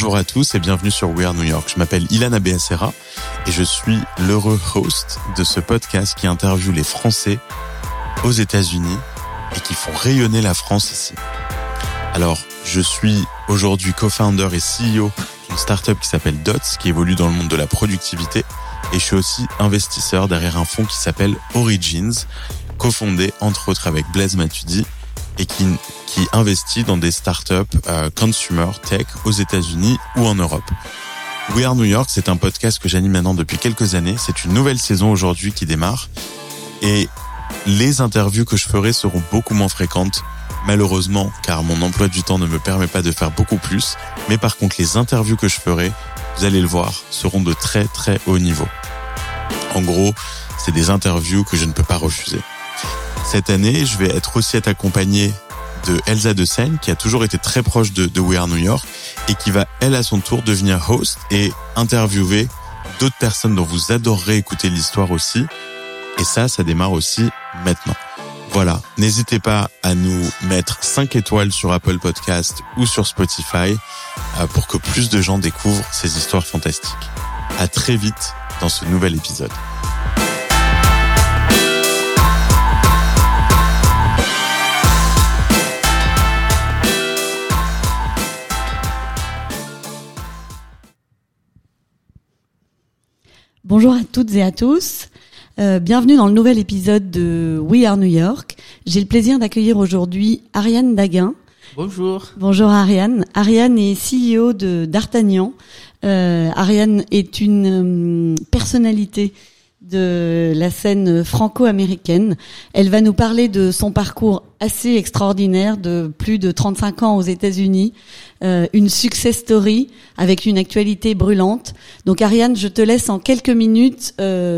Bonjour à tous et bienvenue sur We Are New York. Je m'appelle Ilan Abeacera et je suis l'heureux host de ce podcast qui interviewe les Français aux États-Unis et qui font rayonner la France ici. Alors, je suis aujourd'hui co-founder et CEO d'une startup qui s'appelle Dots, qui évolue dans le monde de la productivité, et je suis aussi investisseur derrière un fonds qui s'appelle Origins, cofondé entre autres avec Blaise Matuidi et qui investit dans des startups consumer tech aux États-Unis ou en Europe. We Are New York, c'est un podcast que j'anime maintenant depuis quelques années. C'est une nouvelle saison aujourd'hui qui démarre et les interviews que je ferai seront beaucoup moins fréquentes, malheureusement, car mon emploi du temps ne me permet pas de faire beaucoup plus. Mais par contre, les interviews que je ferai, vous allez le voir, seront de très très haut niveau. En gros, c'est des interviews que je ne peux pas refuser. Cette année, je vais être aussi accompagné de Elsa de Seine, qui a toujours été très proche de We Are New York et qui va, elle, à son tour, devenir host et interviewer d'autres personnes dont vous adorerez écouter l'histoire aussi. Et ça démarre aussi maintenant. Voilà, n'hésitez pas à nous mettre 5 étoiles sur Apple Podcast ou sur Spotify pour que plus de gens découvrent ces histoires fantastiques. À très vite dans ce nouvel épisode. Bonjour à toutes et à tous. Bienvenue dans le nouvel épisode de We Are New York. J'ai le plaisir d'accueillir aujourd'hui Ariane Daguin. Bonjour. Bonjour Ariane. Ariane est CEO de D'Artagnan. Ariane est une personnalité de la scène franco-américaine. Elle va nous parler de son parcours assez extraordinaire de plus de 35 ans aux États-Unis, une success story avec une actualité brûlante. Donc Ariane, je te laisse en quelques minutes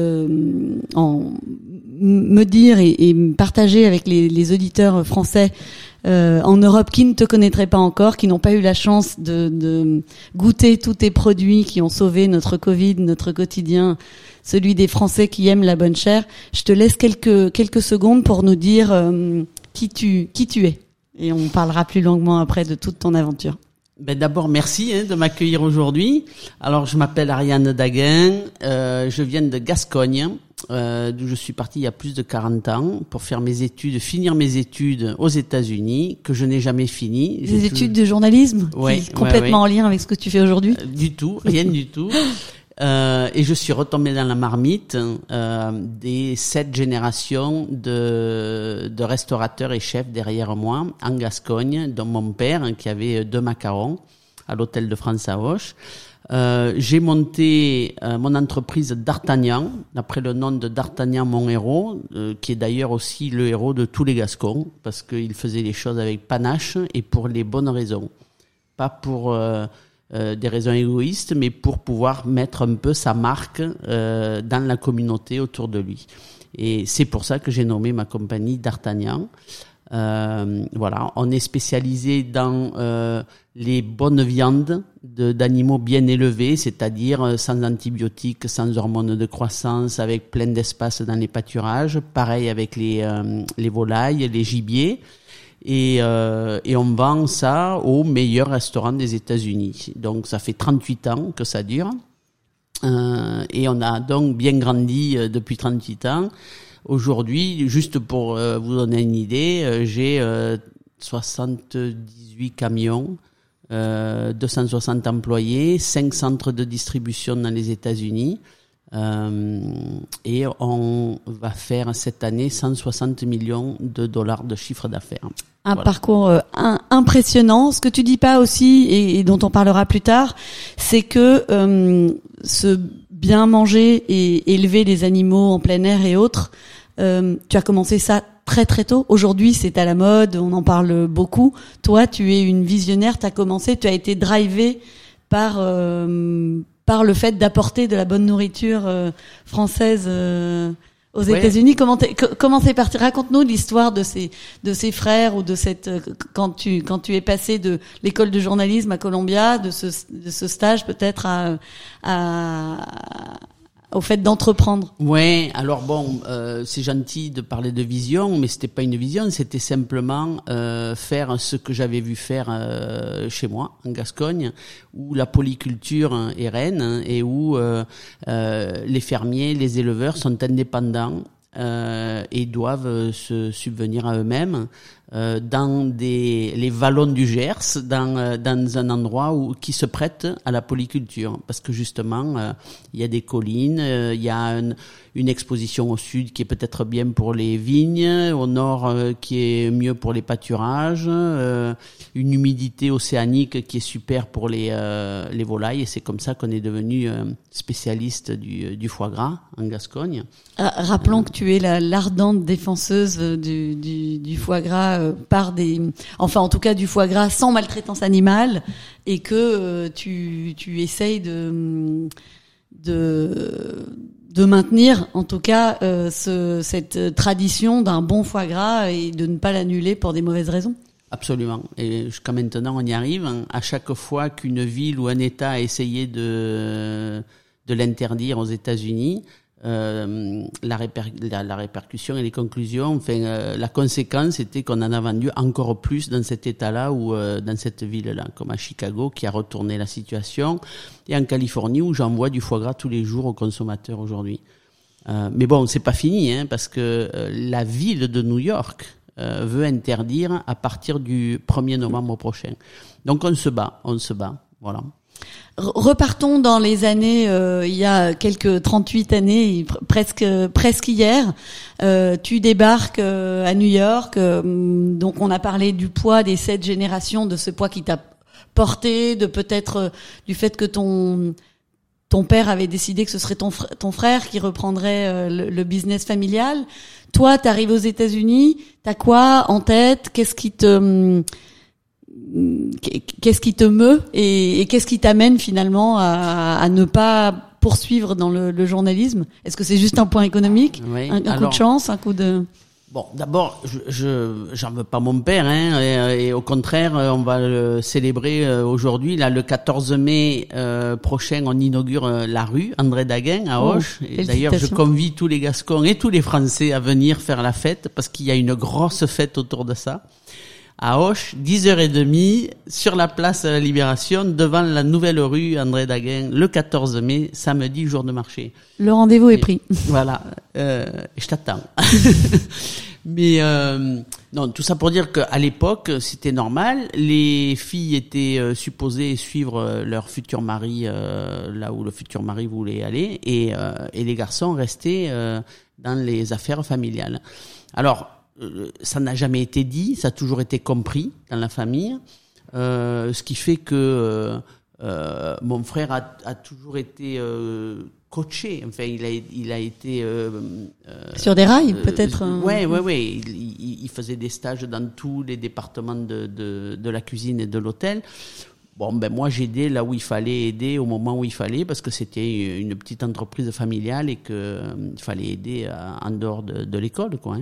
me dire et partager avec les auditeurs français en Europe qui ne te connaîtraient pas encore, qui n'ont pas eu la chance de goûter tous tes produits qui ont sauvé notre Covid, notre quotidien, celui des Français qui aiment la bonne chair. Je te laisse quelques secondes pour nous dire qui tu es. Et on parlera plus longuement après de toute ton aventure. D'abord, merci de m'accueillir aujourd'hui. Alors, je m'appelle Ariane Daguin, je viens de Gascogne, d'où je suis parti il y a plus de 40 ans pour finir mes études aux États-Unis, que je n'ai jamais fini. Des études de journalisme, complètement en lien avec ce que tu fais aujourd'hui. Du tout, rien du tout. Et je suis retombé dans la marmite des 7 générations de restaurateurs et chefs derrière moi en Gascogne, dont mon père qui avait 2 macarons à l'hôtel de France à Auch. J'ai monté mon entreprise D'Artagnan, d'après le nom de D'Artagnan, mon héros, qui est d'ailleurs aussi le héros de tous les Gascons, parce qu'il faisait les choses avec panache et pour les bonnes raisons. Pas pour des raisons égoïstes, mais pour pouvoir mettre un peu sa marque dans la communauté autour de lui. Et c'est pour ça que j'ai nommé ma compagnie D'Artagnan. Voilà, on est spécialisé dans les bonnes viandes d'animaux bien élevés, c'est-à-dire sans antibiotiques, sans hormones de croissance, avec plein d'espace dans les pâturages. Pareil avec les volailles, les gibiers. Et on vend ça aux meilleurs restaurants des États-Unis. Donc ça fait 38 ans que ça dure. Et on a donc bien grandi depuis 38 ans. Aujourd'hui, juste pour vous donner une idée, j'ai 78 camions, 260 employés, 5 centres de distribution dans les États-Unis. Et on va faire cette année 160 millions de dollars de chiffre d'affaires. Un parcours impressionnant. Ce que tu dis pas aussi et dont on parlera plus tard, c'est que ce bien manger et élever les animaux en plein air et autres, tu as commencé ça très très tôt. Aujourd'hui, c'est à la mode, on en parle beaucoup. Toi, tu es une visionnaire, tu as été drivée par le fait d'apporter de la bonne nourriture française aux États-Unis. Comment c'est parti? Raconte-nous l'histoire de ces frères ou de cette quand tu es passé de l'école de journalisme à Columbia, de ce stage peut-être au fait d'entreprendre. Ouais, alors bon, c'est gentil de parler de vision, mais c'était pas une vision, c'était simplement faire ce que j'avais vu faire chez moi en Gascogne, où la polyculture est reine et où les fermiers, les éleveurs sont indépendants et doivent se subvenir à eux-mêmes dans les vallons du Gers, dans un endroit qui se prête à la polyculture, parce que justement il y a des collines, il y a une exposition au sud qui est peut-être bien pour les vignes, au nord qui est mieux pour les pâturages, une humidité océanique qui est super pour les volailles, et c'est comme ça qu'on est devenu spécialiste du foie gras en Gascogne. Rappelons que tu es l'ardente défenseuse du foie gras en tout cas du foie gras sans maltraitance animale, et que tu essayes de maintenir en tout cas cette tradition d'un bon foie gras et de ne pas l'annuler pour des mauvaises raisons. Absolument. Et jusqu'à maintenant, on y arrive. À chaque fois qu'une ville ou un État a essayé de l'interdire aux États-Unis, la répercussion et les conclusions, la conséquence était qu'on en a vendu encore plus dans cet État-là ou dans cette ville-là, comme à Chicago, qui a retourné la situation, et en Californie, où j'envoie du foie gras tous les jours aux consommateurs aujourd'hui. Mais bon, c'est pas fini, parce que la ville de New York veut interdire à partir du 1er novembre prochain. Donc on se bat, voilà. Repartons dans les années, il y a quelques 38 années, presque hier. Tu débarques à New York. Donc on a parlé du poids des 7 générations, de ce poids qui t'a porté, de peut-être du fait que ton père avait décidé que ce serait ton frère qui reprendrait le business familial. Toi, t'arrives aux États-Unis, t'as quoi en tête? Qu'est-ce qui te meut et qu'est-ce qui t'amène finalement à ne pas poursuivre dans le journalisme? Est-ce que c'est juste un point économique, oui. un coup de chance, un coup de... Bon, d'abord, j'en veux pas mon père, et au contraire, on va le célébrer aujourd'hui. Là, le 14 mai prochain, on inaugure la rue André Daguin à Auch. Et d'ailleurs, je convie tous les Gascons et tous les Français à venir faire la fête, parce qu'il y a une grosse fête autour de ça. À Auch, 10h30, sur la place de la Libération, devant la nouvelle rue André Daguin, le 14 mai, samedi, jour de marché. Le rendez-vous est pris. Voilà, je t'attends. Mais non, tout ça pour dire qu'à l'époque, c'était normal. Les filles étaient supposées suivre leur futur mari là où le futur mari voulait aller, et les garçons restaient dans les affaires familiales. Alors, ça n'a jamais été dit, ça a toujours été compris dans la famille, ce qui fait que mon frère a toujours été coaché. Enfin, il a été sur des rails, peut-être. Ouais. Il faisait des stages dans tous les départements de la cuisine et de l'hôtel. Bon, moi, j'aidais là où il fallait aider, au moment où il fallait, parce que c'était une petite entreprise familiale et que il fallait aider en dehors de l'école, quoi.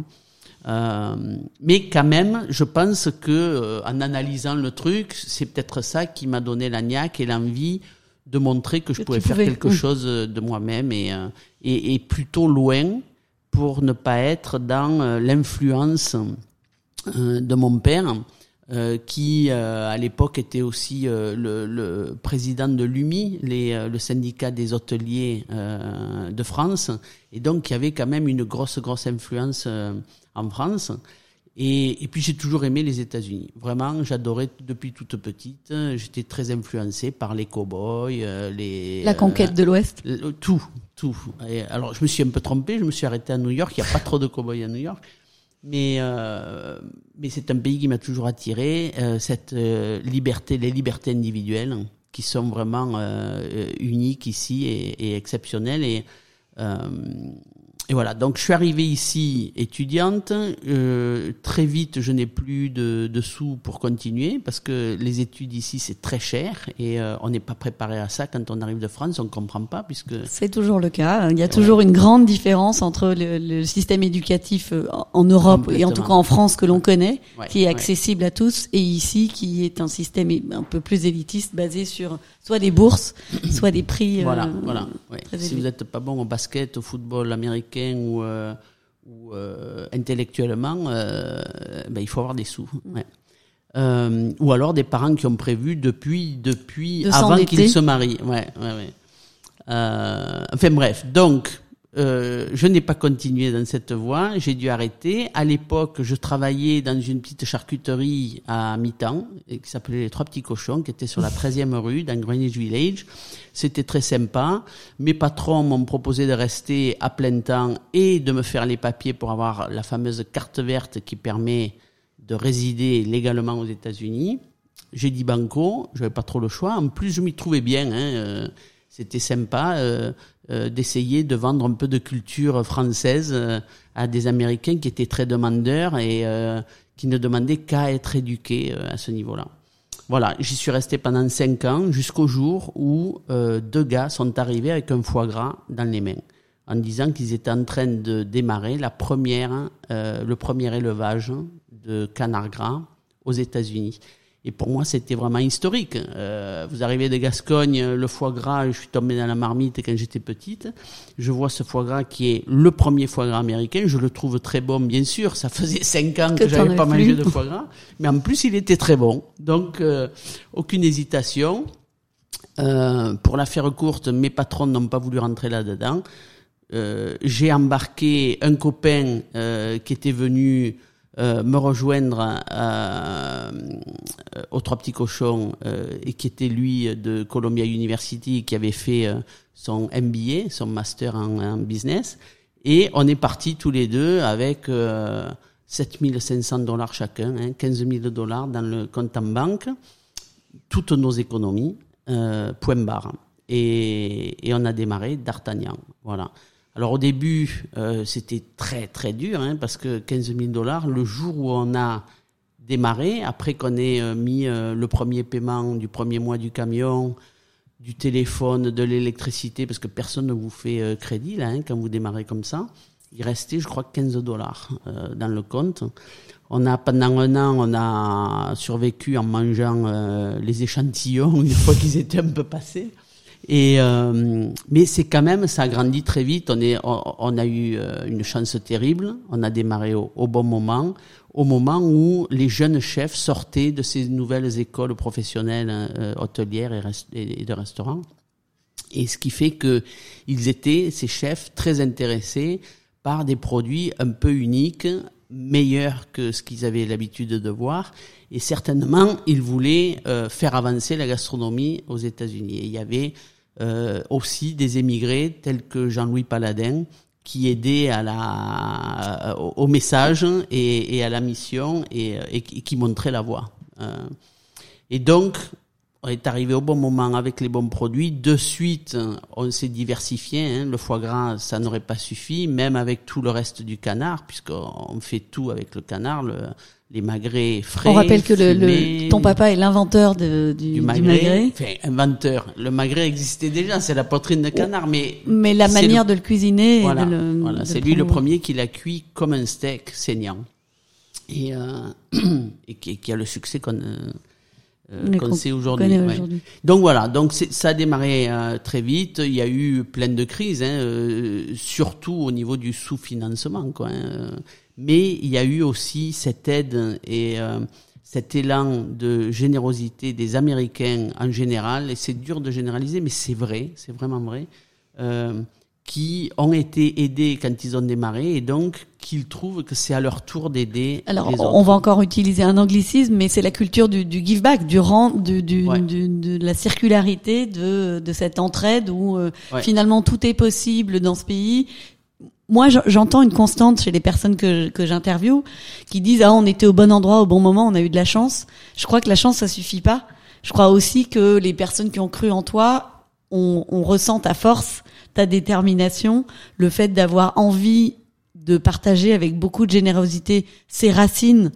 Mais quand même, je pense que en analysant le truc, c'est peut-être ça qui m'a donné la niaque et l'envie de montrer que je pouvais faire quelque chose de moi-même, et plutôt loin, pour ne pas être dans l'influence de mon père, qui à l'époque était aussi le président de l'UMI, le syndicat des hôteliers de France, et donc il y avait quand même une grosse influence en France. Et puis j'ai toujours aimé les États-Unis. Vraiment, j'adorais depuis toute petite. J'étais très influencé par les cow-boys, la conquête de l'Ouest. Tout. Et alors je me suis un peu trompé. Je me suis arrêté à New York. Il n'y a pas trop de cow-boys à New York, mais c'est un pays qui m'a toujours attiré. Cette liberté, les libertés individuelles, qui sont vraiment uniques ici et exceptionnelles. Et Et voilà, donc je suis arrivée ici étudiante. Très vite, je n'ai plus de sous pour continuer parce que les études ici c'est très cher et on n'est pas préparé à ça quand on arrive de France, on comprend pas puisque c'est toujours le cas. Il y a toujours une grande différence entre le système éducatif en Europe et en tout cas en France que l'on connaît, qui est accessible à tous, et ici qui est un système un peu plus élitiste basé sur soit des bourses, soit des prix. Voilà. Ouais. Si vous n'êtes pas bon au basket, au football américain ou intellectuellement, il faut avoir des sous. Ouais. Ou alors des parents qui ont prévu depuis avant qu'ils se marient. Ouais. Enfin bref, donc je n'ai pas continué dans cette voie, j'ai dû arrêter. À l'époque, je travaillais dans une petite charcuterie à mi-temps qui s'appelait Les Trois Petits Cochons, qui était sur la 13e rue dans Greenwich Village. C'était très sympa. Mes patrons m'ont proposé de rester à plein temps et de me faire les papiers pour avoir la fameuse carte verte qui permet de résider légalement aux États-Unis. J'ai dit banco, j'avais pas trop le choix. En plus, je m'y trouvais bien. C'était sympa d'essayer de vendre un peu de culture française à des Américains qui étaient très demandeurs et qui ne demandaient qu'à être éduqués à ce niveau-là. Voilà, j'y suis resté pendant 5 ans jusqu'au jour où 2 gars sont arrivés avec un foie gras dans les mains en disant qu'ils étaient en train de démarrer le premier élevage de canards gras aux États-Unis. Et pour moi, c'était vraiment historique. Vous arrivez de Gascogne, le foie gras, je suis tombé dans la marmite quand j'étais petite. Je vois ce foie gras qui est le premier foie gras américain. Je le trouve très bon, bien sûr. Ça faisait 5 ans que j'avais pas mangé de foie gras. Mais en plus, il était très bon. Donc, aucune hésitation. Pour la faire courte, mes patrons n'ont pas voulu rentrer là-dedans. J'ai embarqué un copain qui était venu me rejoindre aux Trois Petits Cochons et qui était lui de Columbia University, qui avait fait son MBA, son master en business, et on est partis tous les deux avec $7,500 chacun, $15,000 dans le compte en banque, toutes nos économies, point barre, et on a démarré d'Artagnan, voilà. Alors au début, c'était très très dur, parce que $15,000, le jour où on a démarré, après qu'on ait mis le premier paiement du premier mois du camion, du téléphone, de l'électricité, parce que personne ne vous fait crédit là, quand vous démarrez comme ça, il restait, je crois, $15 dans le compte. Pendant 1 an, on a survécu en mangeant les échantillons une fois qu'ils étaient un peu passés. Mais c'est quand même, ça a grandi très vite. On a eu une chance terrible. On a démarré au bon moment, au moment où les jeunes chefs sortaient de ces nouvelles écoles professionnelles hôtelières et de restaurants. Et ce qui fait que ils étaient, ces chefs, très intéressés par des produits un peu uniques, meilleurs que ce qu'ils avaient l'habitude de voir. Et certainement, ils voulaient faire avancer la gastronomie aux États-Unis. Et il y avait aussi des émigrés tels que Jean-Louis Paladin qui aidaient au message et à la mission et qui montraient la voie. Et donc, on est arrivé au bon moment avec les bons produits. De suite, on s'est diversifié. Le foie gras, ça n'aurait pas suffi, même avec tout le reste du canard, puisqu'on fait tout avec le canard, les magrets frais. On rappelle que ton papa est l'inventeur du magret. Enfin, inventeur. Le magret existait déjà, c'est la poitrine de canard, mais la manière de le cuisiner. Voilà, c'est lui le premier qui l'a cuit comme un steak saignant. Et qui a le succès qu'on sait aujourd'hui. Donc voilà, ça a démarré très vite. Il y a eu plein de crises, surtout au niveau du sous-financement, mais il y a eu aussi cette aide et cet élan de générosité des Américains en général, et c'est dur de généraliser, mais c'est vrai, c'est vraiment vrai, qui ont été aidés quand ils ont démarré et donc qu'ils trouvent que c'est à leur tour d'aider les autres. On va encore utiliser un anglicisme, mais c'est la culture du give back, de la circularité, de cette entraide où finalement tout est possible dans ce pays. Moi, j'entends une constante chez les personnes que j'interviewe qui disent on était au bon endroit au bon moment, on a eu de la chance. Je crois que la chance ça suffit pas. Je crois aussi que les personnes qui ont cru en toi on ressent ta force ta détermination, le fait d'avoir envie de partager avec beaucoup de générosité ces racines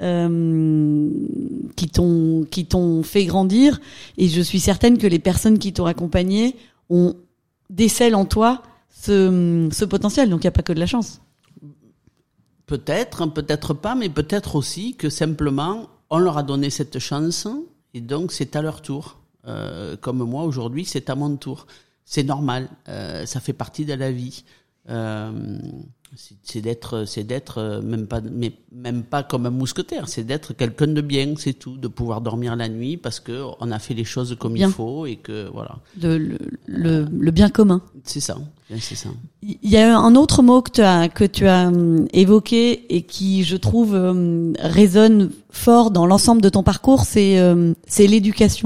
qui t'ont fait grandir. Et je suis certaine que les personnes qui t'ont accompagné décèlent en toi ce potentiel. Donc il n'y a pas que de la chance. Peut-être, peut-être pas, mais peut-être aussi que simplement on leur a donné cette chance et donc c'est à leur tour. Comme moi aujourd'hui, c'est à mon tour. C'est normal, ça fait partie de la vie. C'est d'être même pas comme un mousquetaire, c'est d'être quelqu'un de bien, c'est tout, de pouvoir dormir la nuit parce que on a fait les choses comme il faut et que voilà. Le bien commun. C'est ça. Il y a un autre mot que tu as évoqué et qui, je trouve, résonne fort dans l'ensemble de ton parcours, c'est l'éducation.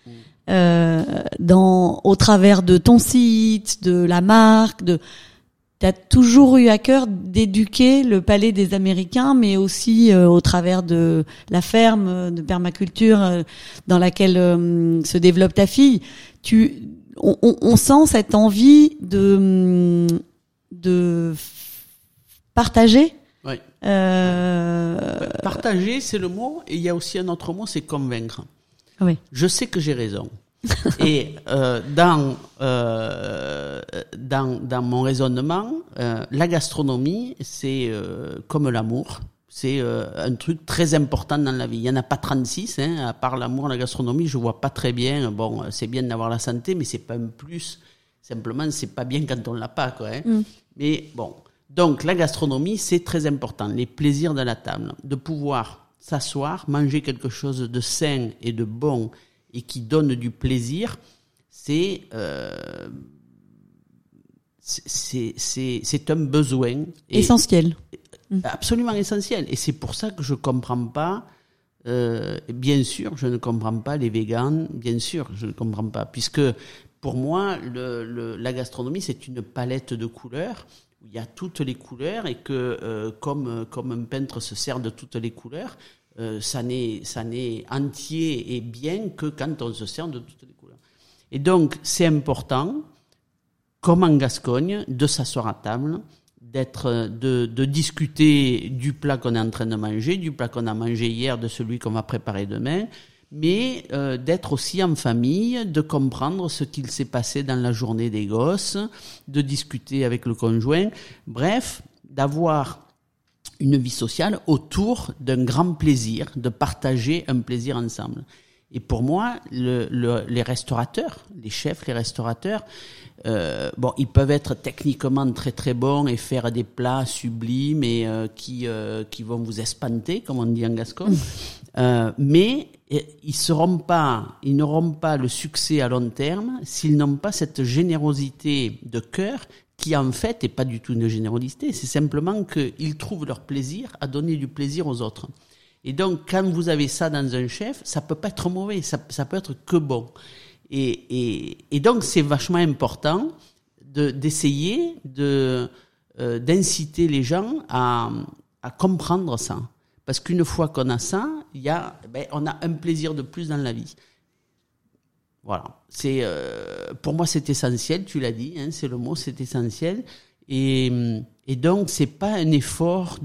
Au travers de ton site, de la marque, t'as toujours eu à cœur d'éduquer le palais des Américains, mais aussi au travers de la ferme de permaculture dans laquelle se développe ta fille. On sent cette envie de partager. Oui. Partager, c'est le mot, et il y a un autre mot, c'est convaincre. Oui. Je sais que j'ai raison. Et dans mon raisonnement, la gastronomie, c'est comme l'amour, c'est un truc très important dans la vie. Il y en a pas 36, à part l'amour, la gastronomie, je vois pas très bien. Bon, c'est bien d'avoir la santé, mais c'est pas un plus. Simplement, c'est pas bien quand on l'a pas, quoi. Mais bon, donc la gastronomie, c'est très important. Les plaisirs de la table, de pouvoir s'asseoir, manger quelque chose de sain et de bon et qui donne du plaisir, c'est un besoin essentiel. Absolument essentiel. Et c'est pour ça que je comprends pas. Bien sûr, je ne comprends pas les véganes. Bien sûr, je ne comprends pas, puisque pour moi, la gastronomie, c'est une palette de couleurs où il y a toutes les couleurs et que comme un peintre se sert de toutes les couleurs. Ça n'est entier et bien que quand on se sert de toutes les couleurs. Et donc, c'est important, comme en Gascogne, de s'asseoir à table, de discuter du plat qu'on est en train de manger, du plat qu'on a mangé hier, de celui qu'on va préparer demain, mais d'être aussi en famille, de comprendre ce qu'il s'est passé dans la journée des gosses, de discuter avec le conjoint, bref, d'avoir une vie sociale autour d'un grand plaisir, de partager un plaisir ensemble. Et pour moi, les restaurateurs, les chefs, les restaurateurs, ils peuvent être techniquement très très bons et faire des plats sublimes et qui vont vous espanter, comme on dit en gascon. Mais ils n'auront pas le succès à long terme s'ils n'ont pas cette générosité de cœur qui en fait est pas du tout une générosité, c'est simplement qu'ils trouvent leur plaisir à donner du plaisir aux autres. Et donc, quand vous avez ça dans un chef, ça peut pas être mauvais, ça peut être que bon. Et donc, c'est vachement important d'essayer d'inciter les gens à comprendre ça. Parce qu'une fois qu'on a ça, on a un plaisir de plus dans la vie. Voilà, pour moi c'est essentiel, tu l'as dit, c'est le mot, c'est essentiel, et donc c'est pas un effort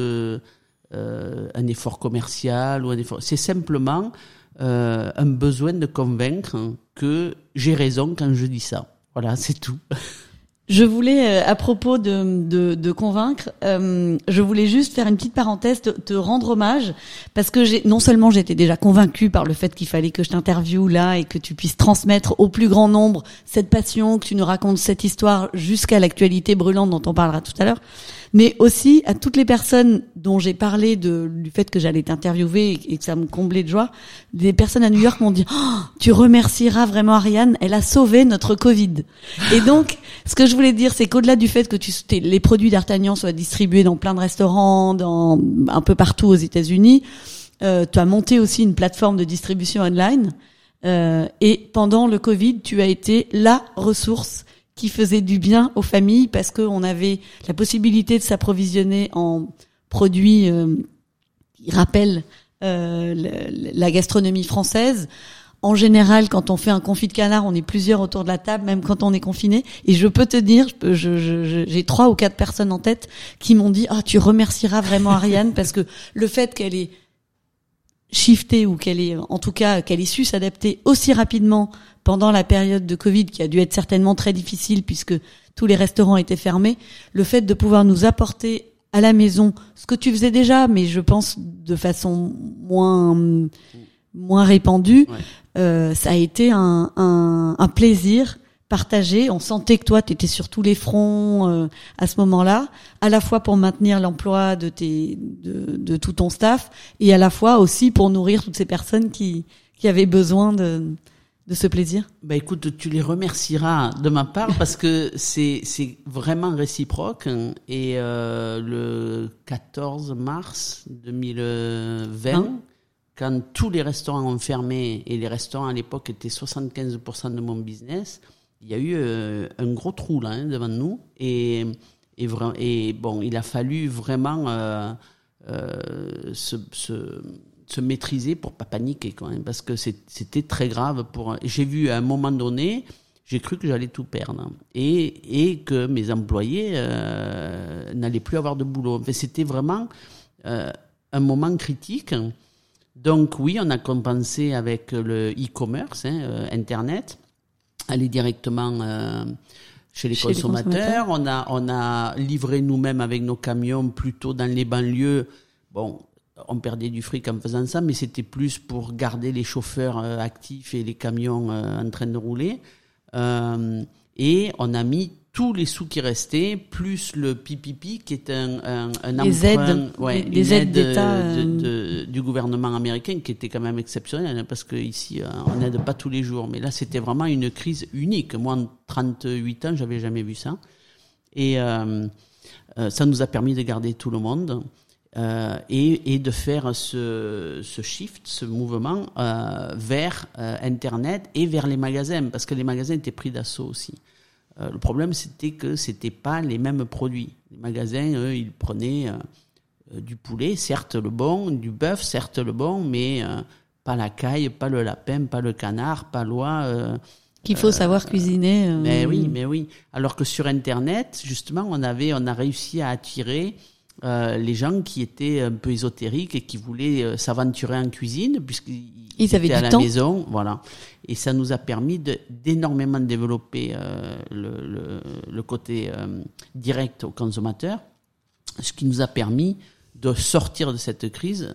commercial ou un effort, c'est simplement un besoin de convaincre que j'ai raison quand je dis ça. Voilà, c'est tout. Je voulais, à propos de convaincre, je voulais juste faire une petite parenthèse, te rendre hommage, parce que non seulement j'étais déjà convaincue par le fait qu'il fallait que je t'interviewe là et que tu puisses transmettre au plus grand nombre cette passion, que tu nous racontes cette histoire jusqu'à l'actualité brûlante dont on parlera tout à l'heure, mais aussi à toutes les personnes dont j'ai parlé du fait que j'allais t'interviewer et que ça me comblait de joie. Des personnes à New York m'ont dit « Tu remercieras vraiment Ariane, elle a sauvé notre Covid ». Et donc, ce que je voulais dire, c'est qu'au-delà du fait que les produits d'Artagnan soient distribués dans plein de restaurants, un peu partout aux États-Unis, tu as monté aussi une plateforme de distribution online. Et pendant le Covid, tu as été la ressource qui faisait du bien aux familles parce qu'on avait la possibilité de s'approvisionner en produits qui rappellent la gastronomie française En général, quand on fait un confit de canard, on est plusieurs autour de la table, même quand on est confiné. Et je peux te dire, j'ai 3 ou 4 personnes en tête qui m'ont dit, tu remercieras vraiment Ariane parce que le fait qu'elle ait shifté ou qu'elle ait su s'adapter aussi rapidement pendant la période de Covid, qui a dû être certainement très difficile puisque tous les restaurants étaient fermés, le fait de pouvoir nous apporter à la maison ce que tu faisais déjà, mais je pense de façon moins répandue, ça a été un plaisir partagé. On sentait que toi, tu étais sur tous les fronts à ce moment-là, à la fois pour maintenir l'emploi de tout ton staff et à la fois aussi pour nourrir toutes ces personnes qui avaient besoin de ce plaisir. Écoute, tu les remercieras de ma part parce que c'est vraiment réciproque. Et le 14 mars 2020, quand tous les restaurants ont fermé et les restaurants à l'époque étaient 75% de mon business, il y a eu un gros trou là devant nous et bon, il a fallu vraiment se maîtriser pour pas paniquer quand même, parce que c'était très grave. J'ai vu à un moment donné, j'ai cru que j'allais tout perdre et que mes employés n'allaient plus avoir de boulot. Enfin, c'était vraiment un moment critique. Donc oui, on a compensé avec le e-commerce, Internet, aller directement chez les consommateurs. On a livré nous-mêmes avec nos camions plutôt dans les banlieues. Bon, on perdait du fric en faisant ça, mais c'était plus pour garder les chauffeurs actifs et les camions en train de rouler. Et on a mis tous les sous qui restaient, plus le PPP, qui est un les aides d'État du gouvernement américain, qui était quand même exceptionnel, parce que ici on n'aide pas tous les jours. Mais là, c'était vraiment une crise unique. Moi, en 38 ans, j'avais jamais vu ça. Et ça nous a permis de garder tout le monde. Et de faire ce shift, ce mouvement vers Internet et vers les magasins, parce que les magasins étaient pris d'assaut aussi. Le problème, c'était que c'était pas les mêmes produits. Les magasins, eux, ils prenaient du poulet, certes le bon, du bœuf, certes le bon, mais pas la caille, pas le lapin, pas le canard, pas l'oie. Qu'il faut savoir cuisiner. Mais oui. Alors que sur Internet, justement, on a réussi à attirer les gens qui étaient un peu ésotériques et qui voulaient s'aventurer en cuisine puisqu'ils étaient à la maison, voilà. Et ça nous a permis d'énormément développer le côté direct au consommateur, ce qui nous a permis de sortir de cette crise.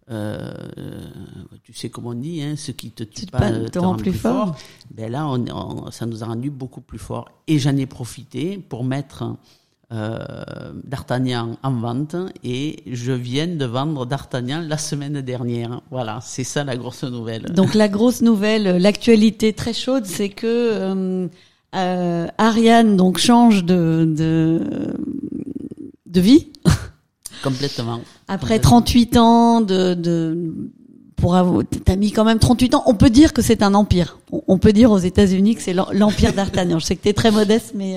Tu sais comment on dit, ce qui te tue pas te rend plus fort. Ben là, ça nous a rendu beaucoup plus forts. Et j'en ai profité pour mettre D'Artagnan en vente, et je viens de vendre D'Artagnan la semaine dernière. Voilà, c'est ça la grosse nouvelle. Donc la grosse nouvelle, l'actualité très chaude, c'est que Ariane donc change de vie. Complètement. Après 38 ans t'as mis quand même 38 ans. On peut dire que c'est un empire. On peut dire aux États-Unis que c'est l'empire d'Artagnan. Je sais que t'es très modeste, mais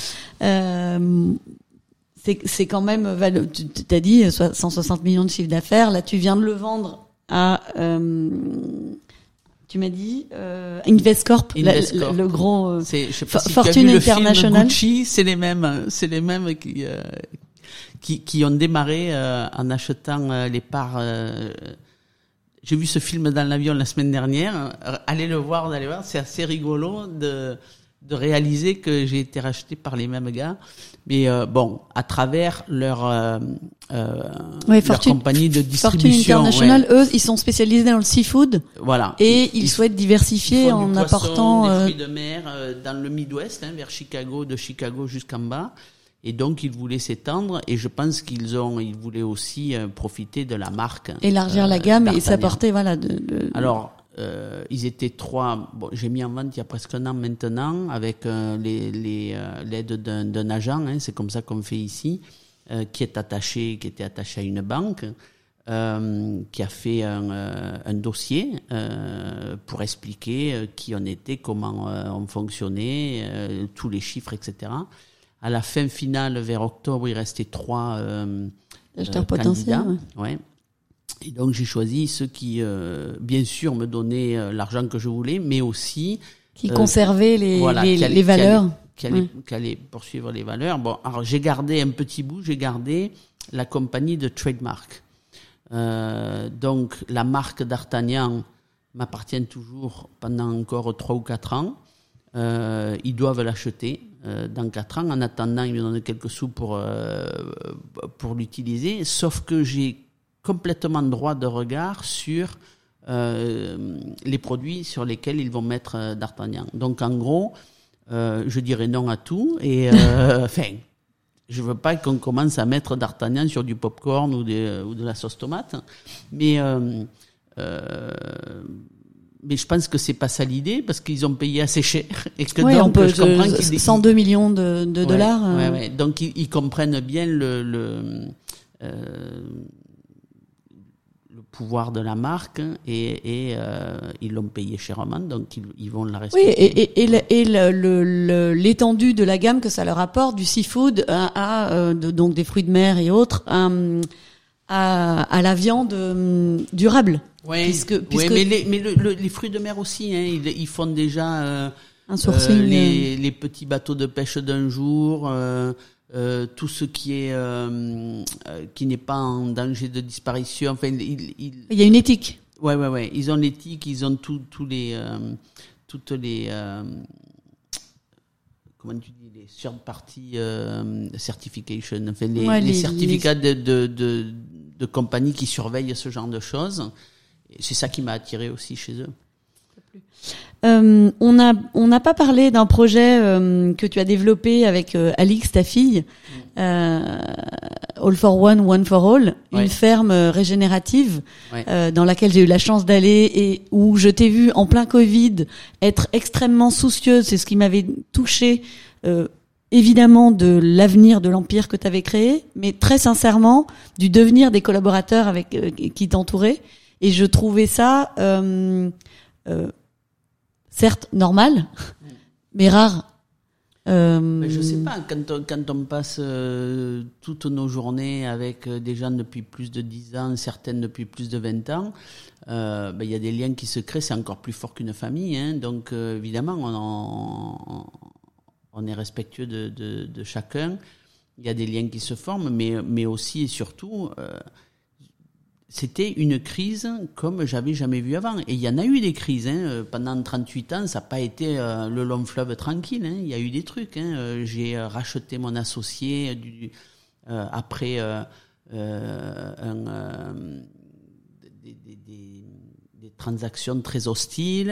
c'est quand même tu t'as dit 160 millions de chiffre d'affaires. Là, tu viens de le vendre à tu m'as dit Investcorp, le gros je sais pas Fortune si tu as vu International. Le film Gucci, c'est les mêmes qui ont démarré en achetant les parts. J'ai vu ce film dans l'avion la semaine dernière. Allez le voir, c'est assez rigolo de réaliser que j'ai été racheté par les mêmes gars. Mais bon, à travers leur compagnie de distribution. Fortune International, eux, ils sont spécialisés dans le seafood. Voilà. Et ils souhaitent diversifier en apportant des fruits de mer dans le Midwest, vers Chicago, de Chicago jusqu'en bas. Et donc, ils voulaient s'étendre, et je pense ils voulaient aussi profiter de la marque. Élargir la gamme et s'apporter, voilà. Alors, ils étaient 3. Bon, j'ai mis en vente il y a presque un an maintenant, avec l'aide d'un agent, c'est comme ça qu'on fait ici, qui était attaché à une banque, qui a fait un dossier pour expliquer qui on était, comment on fonctionnait, tous les chiffres, etc. À la fin finale, vers octobre, il restait 3 acheteurs potentiels. Ouais. Et donc j'ai choisi ceux qui, bien sûr, me donnaient l'argent que je voulais, mais aussi qui conservaient les valeurs, qui allaient poursuivre les valeurs. Bon, alors j'ai gardé un petit bout, j'ai gardé la compagnie de trademark. Donc la marque d'Artagnan m'appartient toujours pendant encore 3 ou 4 ans. Ils doivent l'acheter dans 4 ans. En attendant, ils me donnent quelques sous pour l'utiliser. Sauf que j'ai complètement droit de regard sur les produits sur lesquels ils vont mettre d'Artagnan. Donc en gros, je dirais non à tout. Et enfin, je veux pas qu'on commence à mettre d'Artagnan sur du popcorn ou de la sauce tomate. Mais je pense que c'est pas ça l'idée, parce qu'ils ont payé assez cher. Et que ouais, donc, je comprends 102 millions de dollars. Ouais. Donc, ils comprennent bien le pouvoir de la marque et ils l'ont payé chèrement, donc ils vont la respecter. Oui, et l'étendue de la gamme que ça leur apporte, du seafood donc des fruits de mer et autres, à la viande durable. Oui, puisque mais les fruits de mer aussi, hein, ils font déjà un sourcing, les petits bateaux de pêche d'un jour, tout ce qui n'est pas en danger de disparition. Enfin, il y a une éthique. Ouais. Ils ont l'éthique, ils ont toutes les comment tu dis, les third party certification, enfin les certificats de compagnies qui surveillent ce genre de choses. Et c'est ça qui m'a attiré aussi chez eux. On n'a pas parlé d'un projet que tu as développé avec Alix, ta fille, All for One, One for All, une ferme régénérative dans laquelle j'ai eu la chance d'aller et où je t'ai vu en plein Covid être extrêmement soucieuse. C'est ce qui m'avait touchée, évidemment, de l'avenir de l'empire que tu avais créé, mais très sincèrement du devenir des collaborateurs qui t'entouraient. Et je trouvais ça certes normal, mais rare. Mais je sais pas, quand on passe toutes nos journées avec des gens depuis plus de 10 ans, certaines depuis plus de 20 ans, y a des liens qui se créent, c'est encore plus fort qu'une famille, hein. Donc évidemment on est respectueux de chacun. Il y a des liens qui se forment, mais aussi et surtout c'était une crise comme j'avais jamais vu avant. Et il y en a eu des crises, hein. Pendant 38 ans, ça n'a pas été le long fleuve tranquille, hein. Il y a eu des trucs, hein. J'ai racheté mon associé après des transactions très hostiles.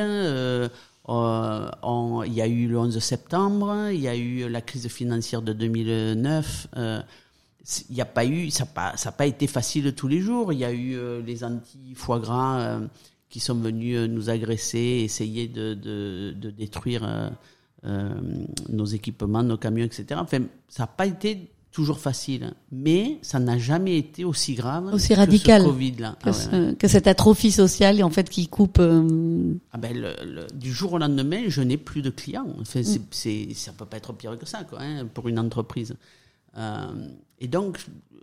Il y a eu le 11 septembre, il y a eu la crise financière de 2009. Il y a pas eu, ça a pas été facile tous les jours. Il y a eu les anti-foie gras qui sont venus nous agresser, essayer de détruire nos équipements, nos camions, etc. Enfin, ça n'a pas été toujours facile, mais ça n'a jamais été aussi grave, aussi radical que ce Covid-là. Que cette atrophie sociale en fait qui coupe. Du jour au lendemain, je n'ai plus de clients. Enfin, ça peut pas être pire que ça, quoi, hein, pour une entreprise. Et donc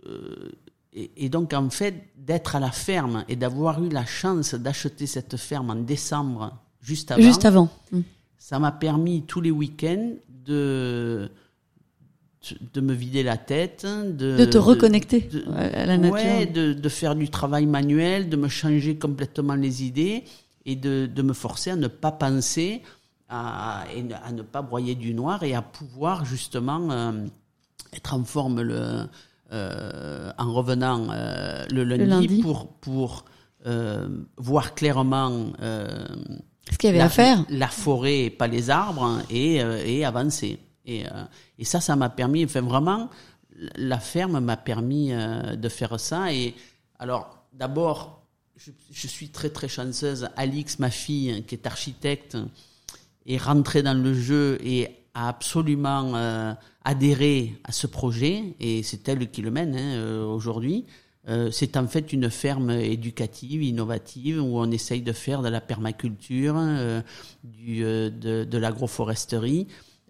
en fait, d'être à la ferme et d'avoir eu la chance d'acheter cette ferme en décembre, juste avant. Ça m'a permis tous les week-ends de me vider la tête, de te reconnecter à la nature. Ouais, de faire du travail manuel, de me changer complètement les idées et de me forcer à ne pas penser, à ne pas broyer du noir et à pouvoir justement être en forme en revenant le lundi. pour voir clairement ce qu'il y avait à faire, la forêt et pas les arbres, hein, et avancer. Et ça m'a permis, enfin vraiment, la ferme m'a permis de faire ça. Et alors, d'abord, je suis très très chanceuse. Alix, ma fille, qui est architecte, est rentrée dans le jeu et a absolument adhéré à ce projet. Et c'est elle qui le mène aujourd'hui. C'est en fait une ferme éducative, innovative, où on essaye de faire de la permaculture, de l'agroforesterie,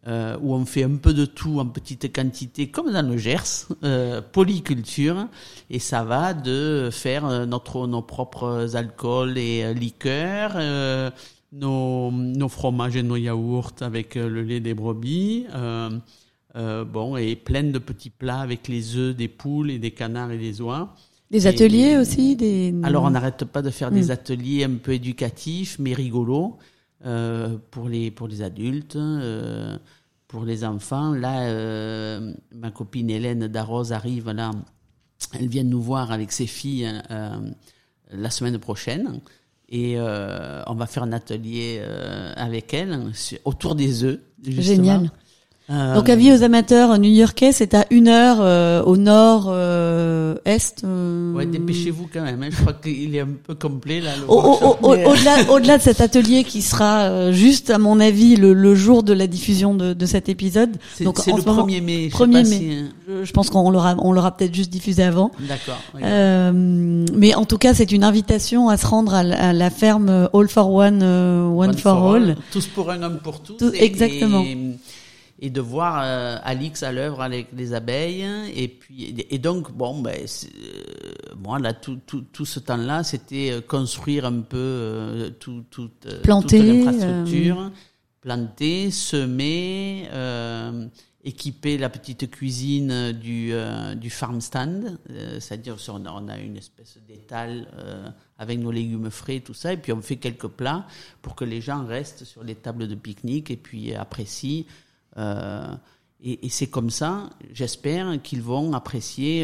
où on fait un peu de tout en petite quantité, comme dans le Gers, polyculture, et ça va de faire nos propres alcools et liqueurs, nos fromages et nos yaourts avec le lait des brebis, et plein de petits plats avec les œufs des poules et des canards et des oies. Des ateliers aussi, Alors on n'arrête pas de faire des ateliers un peu éducatifs mais rigolos pour les adultes, pour les enfants. Là, ma copine Hélène Darroze arrive là, elle vient nous voir avec ses filles la semaine prochaine. Et on va faire un atelier avec elle autour des œufs. Justement. Génial. Donc avis aux amateurs new-yorkais, c'est à 1 heure au nord-est. Ouais, dépêchez-vous quand même. Je crois qu'il est un peu complet là. Au-delà de cet atelier qui sera juste, à mon avis, le jour de la diffusion de cet épisode. C'est le 1er mai. 1er mai. Je pense qu'on l'aura peut-être juste diffusé avant. D'accord. Mais en tout cas, c'est une invitation à se rendre à la ferme All for One, One for All. Tous pour un, homme pour tous. Exactement. Et de voir Alix à l'œuvre avec les abeilles, et donc moi là tout ce temps-là, c'était construire un peu toute l'infrastructure, planter, semer, équiper la petite cuisine du farm stand, c'est-à-dire on a une espèce d'étal avec nos légumes frais, tout ça, et puis on fait quelques plats pour que les gens restent sur les tables de pique-nique et puis apprécient. Et c'est comme ça, j'espère, qu'ils vont apprécier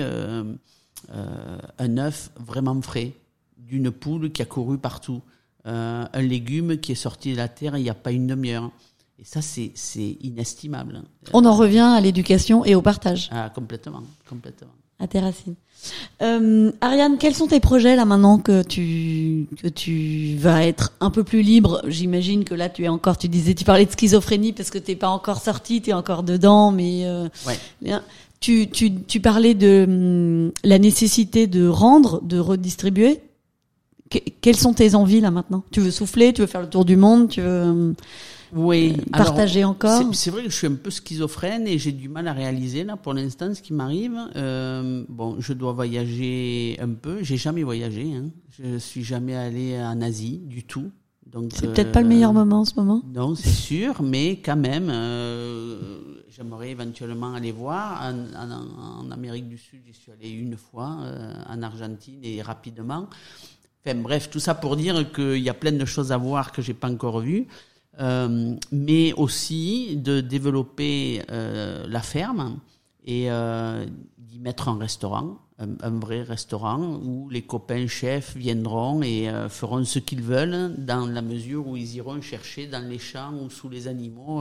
un œuf vraiment frais, d'une poule qui a couru partout, un légume qui est sorti de la terre il n'y a pas une demi-heure. Et ça, c'est inestimable. On en revient à l'éducation et au partage. Ah, complètement. À tes racines. Ariane, quels sont tes projets là maintenant que tu vas être un peu plus libre? J'imagine que là tu parlais de schizophrénie parce que t'es pas encore sortie, t'es encore dedans, mais ouais. Tu parlais de la nécessité de rendre, de redistribuer. Quelles sont tes envies là maintenant? Tu veux souffler, tu veux faire le tour du monde, tu veux partager encore? C'est vrai que je suis un peu schizophrène et j'ai du mal à réaliser là pour l'instant ce qui m'arrive. Je dois voyager un peu. J'ai jamais voyagé. Je suis jamais allé en Asie du tout. Donc c'est peut-être pas le meilleur moment en ce moment. Non, c'est sûr, mais quand même, j'aimerais éventuellement aller voir. En Amérique du Sud, j'y suis allé une fois, en Argentine et rapidement. Enfin bref, tout ça pour dire qu'il y a plein de choses à voir que j'ai pas encore vues. Mais aussi de développer la ferme et d'y mettre un restaurant, un vrai restaurant où les copains chefs viendront et feront ce qu'ils veulent dans la mesure où ils iront chercher dans les champs ou sous les animaux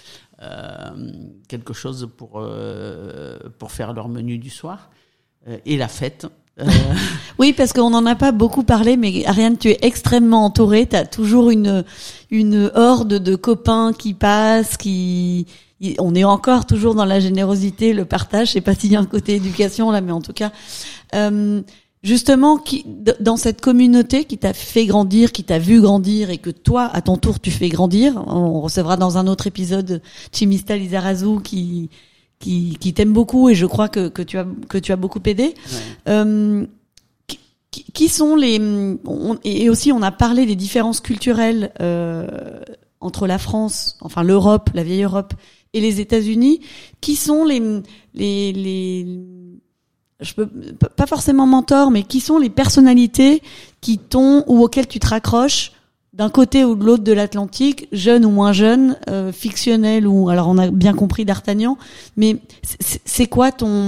quelque chose pour faire leur menu du soir et la fête. Oui, parce qu'on n'en a pas beaucoup parlé, mais Ariane, tu es extrêmement entourée. Tu as toujours une horde de copains qui passent, on est encore toujours dans la générosité, le partage. Je sais pas s'il y a un côté éducation là, mais en tout cas, justement, dans cette communauté qui t'a fait grandir, qui t'a vu grandir et que toi, à ton tour, tu fais grandir. On recevra dans un autre épisode Chimista Lizarazu qui t'aime beaucoup et je crois que tu as beaucoup aidé. Ouais. Qui sont et aussi on a parlé des différences culturelles entre la France, enfin l'Europe, la vieille Europe et les États-Unis. Qui sont les je peux pas forcément mentors, mais qui sont les personnalités ou auxquelles tu te raccroches d'un côté ou de l'autre de l'Atlantique, jeune ou moins jeune, fictionnel ou alors on a bien compris d'Artagnan, mais c'est quoi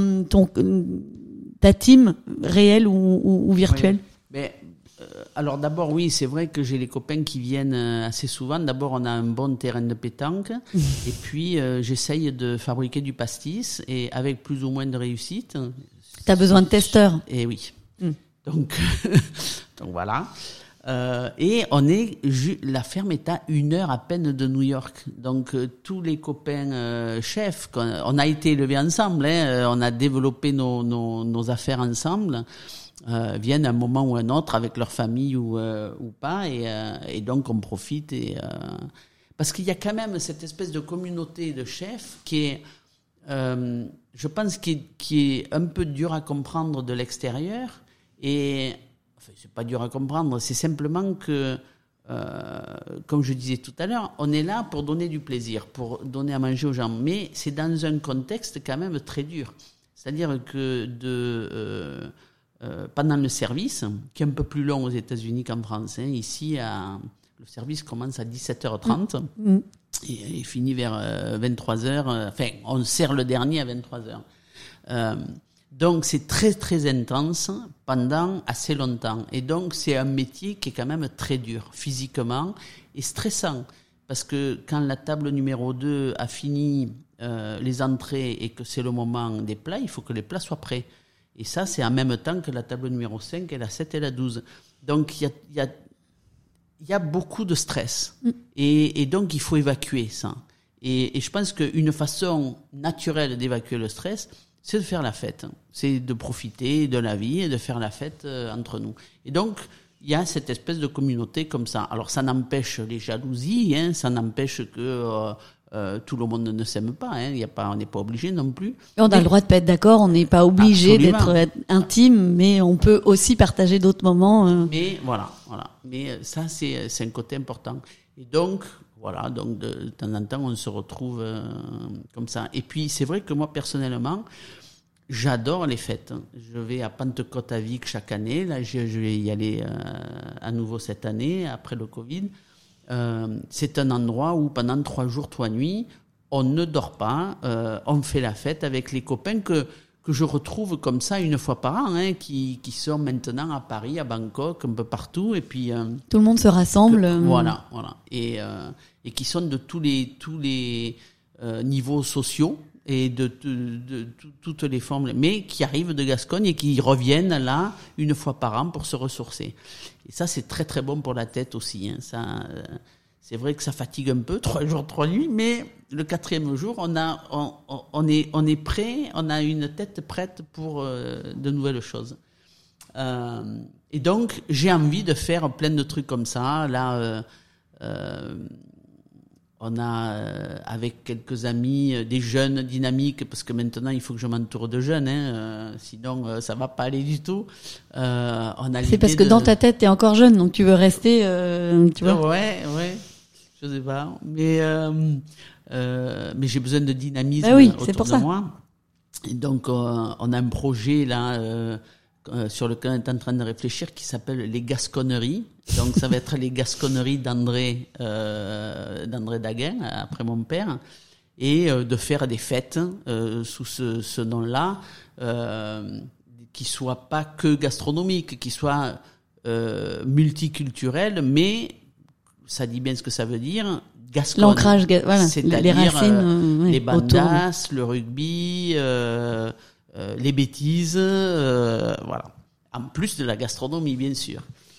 ta team réelle ou virtuelle? Oui. Mais alors d'abord oui, c'est vrai que j'ai les copains qui viennent assez souvent. D'abord on a un bon terrain de pétanque et puis j'essaye de fabriquer du pastis et avec plus ou moins de réussite. T'as besoin de testeurs. Et oui. Donc voilà. Et la ferme est à 1 heure à peine de New York. Donc tous les copains chefs, on a été élevés ensemble, on a développé nos affaires ensemble, viennent à un moment ou à un autre avec leur famille ou pas, et donc on profite. Parce qu'il y a quand même cette espèce de communauté de chefs qui est, je pense, qui est un peu dur à comprendre de l'extérieur. Et, enfin, c'est pas dur à comprendre, c'est simplement que, comme je disais tout à l'heure, on est là pour donner du plaisir, pour donner à manger aux gens. Mais c'est dans un contexte quand même très dur. C'est-à-dire que pendant le service, qui est un peu plus long aux États-Unis qu'en France, hein, ici, le service commence à 17h30 et finit vers 23h. Enfin, on sert le dernier à 23h. Donc, c'est très, très intense pendant assez longtemps. Et donc, c'est un métier qui est quand même très dur, physiquement, et stressant. Parce que quand la table numéro 2 a fini les entrées et que c'est le moment des plats, il faut que les plats soient prêts. Et ça, c'est en même temps que la table numéro 5 et la 7 et la 12. Donc, il y a beaucoup de stress. Et donc, il faut évacuer ça. Et je pense qu'une façon naturelle d'évacuer le stress, c'est de faire la fête. C'est de profiter de la vie et de faire la fête entre nous. Et donc, il y a cette espèce de communauté comme ça. Alors, ça n'empêche les jalousies, hein, ça n'empêche que tout le monde ne s'aime pas. Hein, on n'est pas obligé non plus. On a le droit de pas être d'accord, on n'est pas obligé Absolument. d'être intime, mais on peut aussi partager d'autres moments. Mais voilà. Mais ça, c'est un côté important. Et donc, voilà, donc de temps en temps, on se retrouve comme ça. Et puis, c'est vrai que moi, personnellement, j'adore les fêtes. Je vais à Pentecôte à Vic chaque année. Là, je vais y aller à nouveau cette année, après le Covid. C'est un endroit où, pendant 3 jours, 3 nuits, on ne dort pas. On fait la fête avec les copains que je retrouve comme ça une fois par an, hein, qui sont maintenant à Paris, à Bangkok, un peu partout. Et puis tout le monde se rassemble. Voilà. Et qui sont de tous les niveaux sociaux et de toutes les formes, mais qui arrivent de Gascogne et qui reviennent là une fois par an pour se ressourcer. Et ça, c'est très très bon pour la tête aussi. Hein. Ça, c'est vrai que ça fatigue un peu, 3 jours, 3 nuits, mais le 4e jour, on est prêt, on a une tête prête pour de nouvelles choses. Et donc, j'ai envie de faire plein de trucs comme ça. Là, on a, avec quelques amis, des jeunes dynamiques, parce que maintenant, il faut que je m'entoure de jeunes, hein, sinon, ça va pas aller du tout. On a c'est parce que dans ta tête, t'es encore jeune, donc tu veux rester, tu vois. Ouais, je sais pas. Mais j'ai besoin de dynamisme autour de moi. Et donc, on a un projet, là, sur lequel on est en train de réfléchir, qui s'appelle les Gasconneries. Donc, ça va être les Gasconneries d'André Daguin, après mon père, et de faire des fêtes sous ce nom-là, qui soient pas que gastronomiques, qui soient multiculturelles, mais ça dit bien ce que ça veut dire. Gascogne. L'ancrage, voilà, c'est-à-dire les racines, les bandas, le rugby, les bêtises, voilà. En plus de la gastronomie, bien sûr.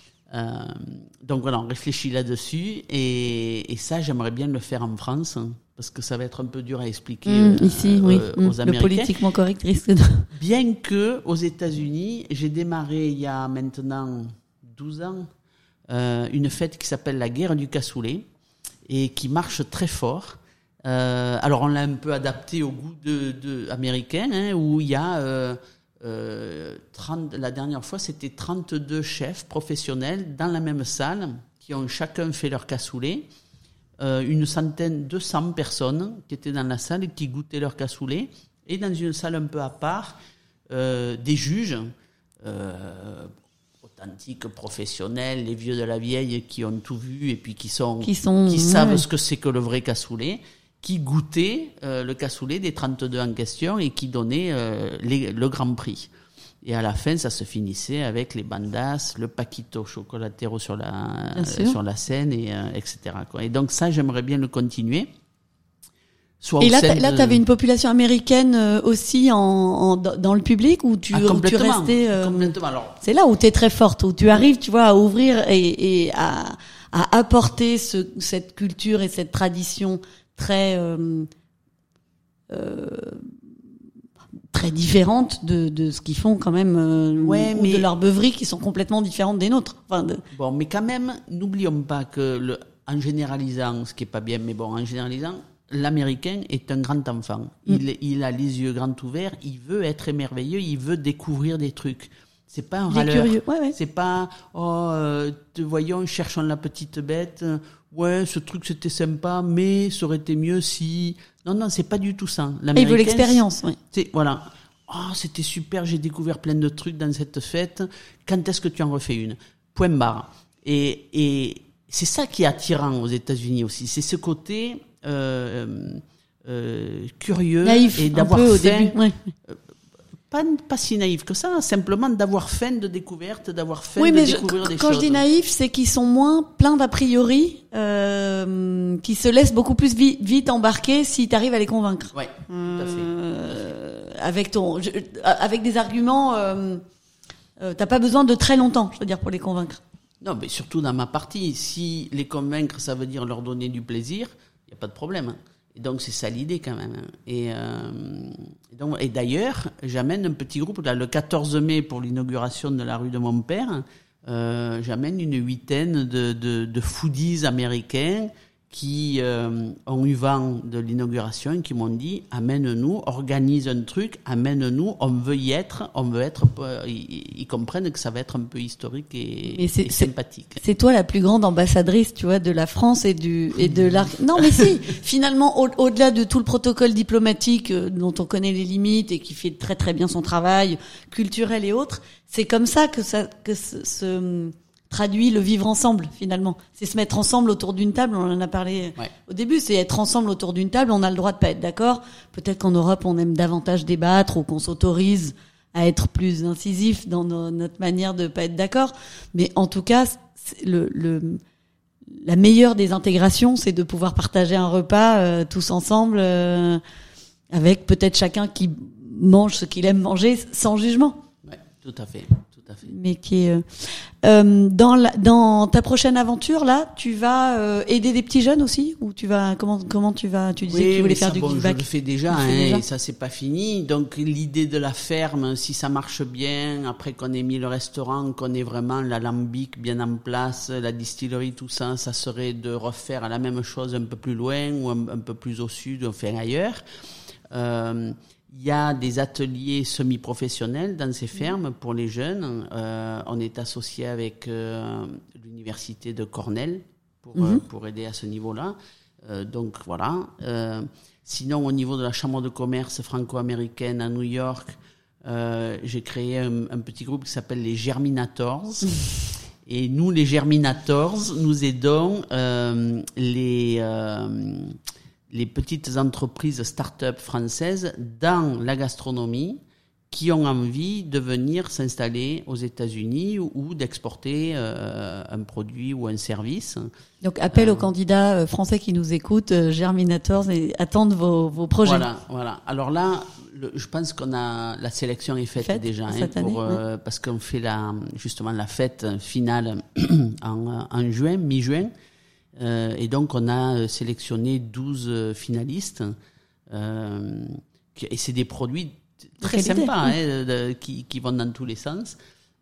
Donc voilà, on réfléchit là-dessus et ça, j'aimerais bien le faire en France parce que ça va être un peu dur à expliquer ici, oui. aux Américains. Le politiquement correct risque de... Bien que aux États-Unis, j'ai démarré il y a maintenant 12 ans une fête qui s'appelle la guerre du cassoulet et qui marche très fort. Alors on l'a un peu adapté au goût de américain, hein, où il y a 30, la dernière fois c'était 32 chefs professionnels dans la même salle qui ont chacun fait leur cassoulet, une centaine, 200 personnes qui étaient dans la salle et qui goûtaient leur cassoulet, et dans une salle un peu à part des juges authentiques, professionnels, les vieux de la vieille qui ont tout vu et puis qui savent ce que c'est que le vrai cassoulet, qui goûtaient le cassoulet des 32 en question et qui donnaient le grand prix. Et à la fin, ça se finissait avec les bandas, le paquito chocolatero sur la scène, et etc. quoi. Et donc ça, j'aimerais bien le continuer. Et là, t'avais une population américaine aussi dans le public, où tu restais. Complètement. Alors, c'est là où t'es très forte, où tu arrives, tu vois, à ouvrir et à apporter cette culture et cette tradition très très différente de ce qu'ils font quand même, mais de leurs beuveries qui sont complètement différentes des nôtres. Bon, mais quand même, n'oublions pas que en généralisant, ce qui est pas bien, mais bon, en généralisant, l'Américain est un grand enfant. Il a les yeux grands ouverts, il veut être émerveilleux, il veut découvrir des trucs. C'est pas un râleur. Curieux. Ouais. C'est pas, voyons, cherchons la petite bête. Ouais, ce truc c'était sympa, mais ça aurait été mieux si... Non, c'est pas du tout ça. Il veut l'expérience, oui. Voilà. Oh, c'était super, j'ai découvert plein de trucs dans cette fête. Quand est-ce que tu en refais une? Point barre. Et c'est ça qui est attirant aux États-Unis aussi. C'est ce côté curieux naïf, et d'avoir un peu faim. au début. Ouais. Pas si naïf que ça, simplement d'avoir faim de découverte, d'avoir faim oui, de mais découvrir des choses. Quand je dis naïf, c'est qu'ils sont moins pleins d'a priori, qui se laissent beaucoup plus vite embarquer si tu arrives à les convaincre. Ouais, tout à fait. Avec des arguments, t'as pas besoin de très longtemps, je veux dire, pour les convaincre. Non, mais surtout dans ma partie, si les convaincre, ça veut dire leur donner du plaisir, il y a pas de problème. Hein. Et donc c'est ça l'idée quand même. Et d'ailleurs, j'amène un petit groupe là, le 14 mai pour l'inauguration de la rue de mon père. J'amène une 8aine de foodies américains qui ont eu vent de l'inauguration et qui m'ont dit amène-nous, organise un truc, amène-nous, on veut y être, ils comprennent que ça va être un peu historique et sympathique. C'est toi la plus grande ambassadrice, tu vois, de la France et de l'art. Non, mais si, finalement, au-delà de tout le protocole diplomatique dont on connaît les limites et qui fait très très bien son travail culturel et autres, c'est comme ça que se traduit le vivre ensemble, finalement. C'est se mettre ensemble autour d'une table, on en a parlé au début, c'est être ensemble autour d'une table, on a le droit de pas être d'accord. Peut-être qu'en Europe, on aime davantage débattre ou qu'on s'autorise à être plus incisif dans notre manière de pas être d'accord. Mais en tout cas, la meilleure des intégrations, c'est de pouvoir partager un repas tous ensemble, avec peut-être chacun qui mange ce qu'il aime manger sans jugement. Ouais, tout à fait. Mais qui est dans ta prochaine aventure là, tu vas aider des petits jeunes aussi, ou tu vas comment tu vas, tu disais que tu voulais faire du give back. Je le fais déjà, et ça c'est pas fini. Donc l'idée de la ferme, si ça marche bien, après qu'on ait mis le restaurant, qu'on ait vraiment l'alambic bien en place, la distillerie, tout ça, ça serait de refaire la même chose un peu plus loin ou un peu plus au sud, enfin ailleurs. Il y a des ateliers semi-professionnels dans ces fermes pour les jeunes. On est associé avec l'université de Cornell pour aider à ce niveau-là. Donc voilà. Sinon, au niveau de la chambre de commerce franco-américaine à New York, j'ai créé un petit groupe qui s'appelle les Germinators. Et nous, les Germinators, nous aidons les petites entreprises start-up françaises dans la gastronomie qui ont envie de venir s'installer aux États-Unis ou d'exporter un produit ou un service. Donc appel aux candidats français qui nous écoutent, Germinators, et attendent vos projets. Voilà. Alors là, je pense qu'on a la sélection est faite déjà cette année, parce qu'on fait justement la fête finale en juin, mi-juin. Et donc on a sélectionné 12 finalistes et c'est des produits très sympas qui vont dans tous les sens